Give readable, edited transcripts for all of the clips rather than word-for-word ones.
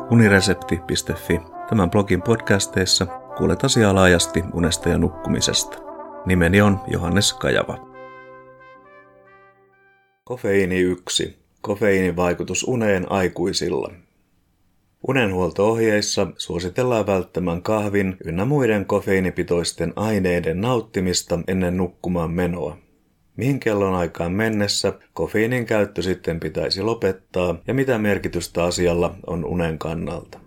uniresepti.fi. Tämän blogin podcasteissa kuulet asiaa laajasti unesta ja nukkumisesta. Nimeni on Johannes Kajava. Kofeiini 1. Kofeiinin vaikutus uneen aikuisilla. Unenhuolto-ohjeissa suositellaan välttämään kahvin ynnä muiden kofeiinipitoisten aineiden nauttimista ennen nukkumaan menoa. Mihin kellonaikaan mennessä kofeiinin käyttö sitten pitäisi lopettaa ja mitä merkitystä asialla on unen kannalta?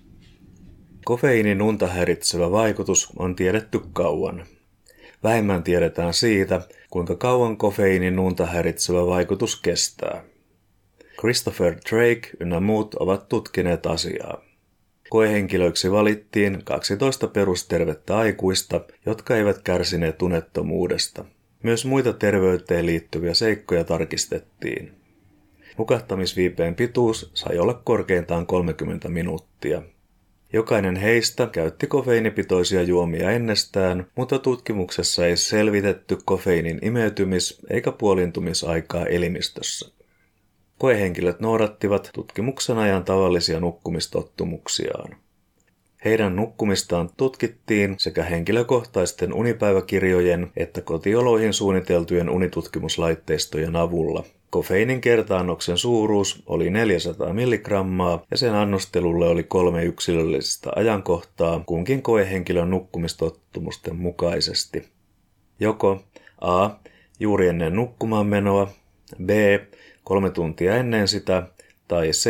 Kofeiinin unta häiritsevä vaikutus on tiedetty kauan. Vähemmän tiedetään siitä, kuinka kauan kofeiinin unta häiritsevä vaikutus kestää. Christopher Drake ynnä muut ovat tutkineet asiaa. Koehenkilöiksi valittiin 12 perustervettä aikuista, jotka eivät kärsineet unettomuudesta. Myös muita terveyteen liittyviä seikkoja tarkistettiin. Nukahtamisviipeen pituus sai olla korkeintaan 30 minuuttia. Jokainen heistä käytti kofeiinipitoisia juomia ennestään, mutta tutkimuksessa ei selvitetty kofeiinin imeytymis- eikä puoliintumisaikaa elimistössä. Koehenkilöt noudattivat tutkimuksen ajan tavallisia nukkumistottumuksiaan. Heidän nukkumistaan tutkittiin sekä henkilökohtaisten unipäiväkirjojen että kotioloihin suunniteltujen unitutkimuslaitteistojen avulla. Kofeiinin kerta-annoksen suuruus oli 400 milligrammaa ja sen annostelulle oli 3 yksilöllistä ajankohtaa kunkin koehenkilön nukkumistottumusten mukaisesti. Joko A. Juuri ennen nukkumaan menoa, B. 3 tuntia ennen sitä tai C.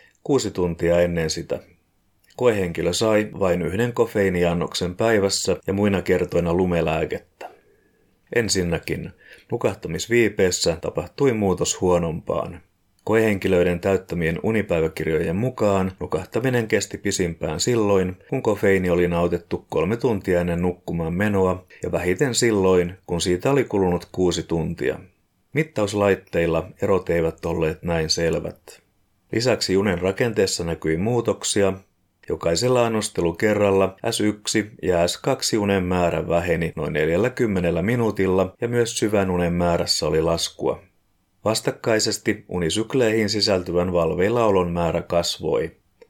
6 tuntia ennen sitä. Koehenkilö sai vain 1 kofeiiniannoksen päivässä ja muina kertoina lumelääkettä. Ensinnäkin nukahtamisviipeessä tapahtui muutos huonompaan. Koehenkilöiden täyttämien unipäiväkirjojen mukaan nukahtaminen kesti pisimpään silloin, kun kofeiini oli nautettu 3 tuntia ennen nukkumaan menoa ja vähiten silloin, kun siitä oli kulunut 6 tuntia. Mittauslaitteilla erot eivät olleet näin selvät. Lisäksi unen rakenteessa näkyi muutoksia. Jokaisella annostelukerralla S1 ja S2 unen määrä väheni noin 40 minuutilla ja myös syvän unen määrässä oli laskua. Vastakkaisesti unisykleihin sisältyvän valveillaolon määrä kasvoi.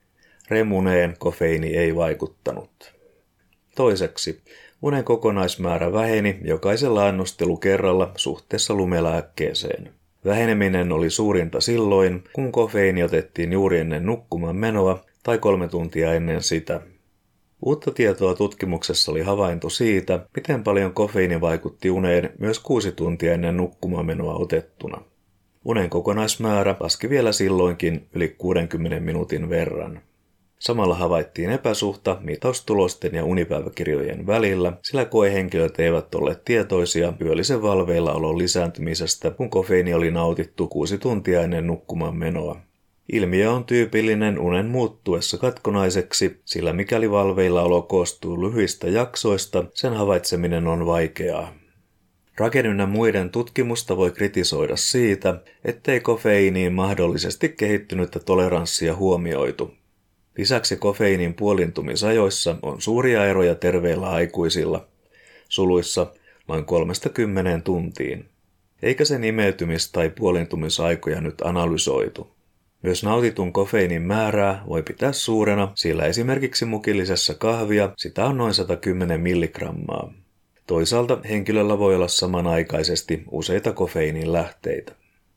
REM-uneen kofeiini ei vaikuttanut. Toiseksi, unen kokonaismäärä väheni jokaisella annostelukerralla suhteessa lumelääkkeeseen. Väheneminen oli suurinta silloin, kun kofeiini otettiin juuri ennen nukkumaan menoa tai 3 tuntia ennen sitä. Uutta tietoa tutkimuksessa oli havainto siitä, miten paljon kofeiini vaikutti uneen myös 6 tuntia ennen nukkumaan menoa otettuna. Unen kokonaismäärä laski vielä silloinkin yli 60 minuutin verran. Samalla havaittiin epäsuhta mittaustulosten ja unipäiväkirjojen välillä, sillä koehenkilöt eivät olleet tietoisia yöllisen valveillaolon lisääntymisestä, kun kofeiini oli nautittu 6 tuntia ennen nukkumaan menoa. Ilmiö on tyypillinen unen muuttuessa katkonaiseksi, sillä mikäli valveillaolo koostuu lyhyistä jaksoista, sen havaitseminen on vaikeaa. Draken ynnä muiden tutkimusta voi kritisoida siitä, ettei kofeiiniin mahdollisesti kehittynyttä toleranssia huomioitu. Lisäksi kofeiinin puoliintumisajoissa on suuria eroja terveillä aikuisilla, suluissa noin 30 tuntiin, eikä sen imeytymis- tai puoliintumisaikoja nyt analysoitu. Myös nautitun kofeiinin määrää voi pitää suurena, sillä esimerkiksi mukillisessa kahvia sitä on noin 110 milligrammaa. Toisaalta henkilöllä voi olla samanaikaisesti useita kofeiinin lähteitä.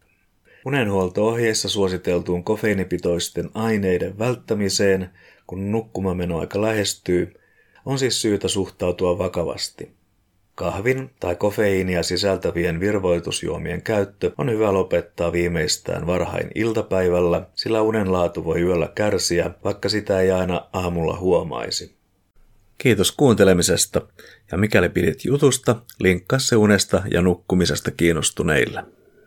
Unenhuolto-ohjeissa suositeltuun kofeiinipitoisten aineiden välttämiseen, kun nukkumaanmenoaika lähestyy, on siis syytä suhtautua vakavasti. Kahvin tai kofeiinia sisältävien virvoitusjuomien käyttö on hyvä lopettaa viimeistään varhain iltapäivällä, sillä unen laatu voi yöllä kärsiä, vaikka sitä ei aina aamulla huomaisi. Kiitos kuuntelemisesta, ja mikäli pidit jutusta, linkkaa se unesta ja nukkumisesta kiinnostuneille.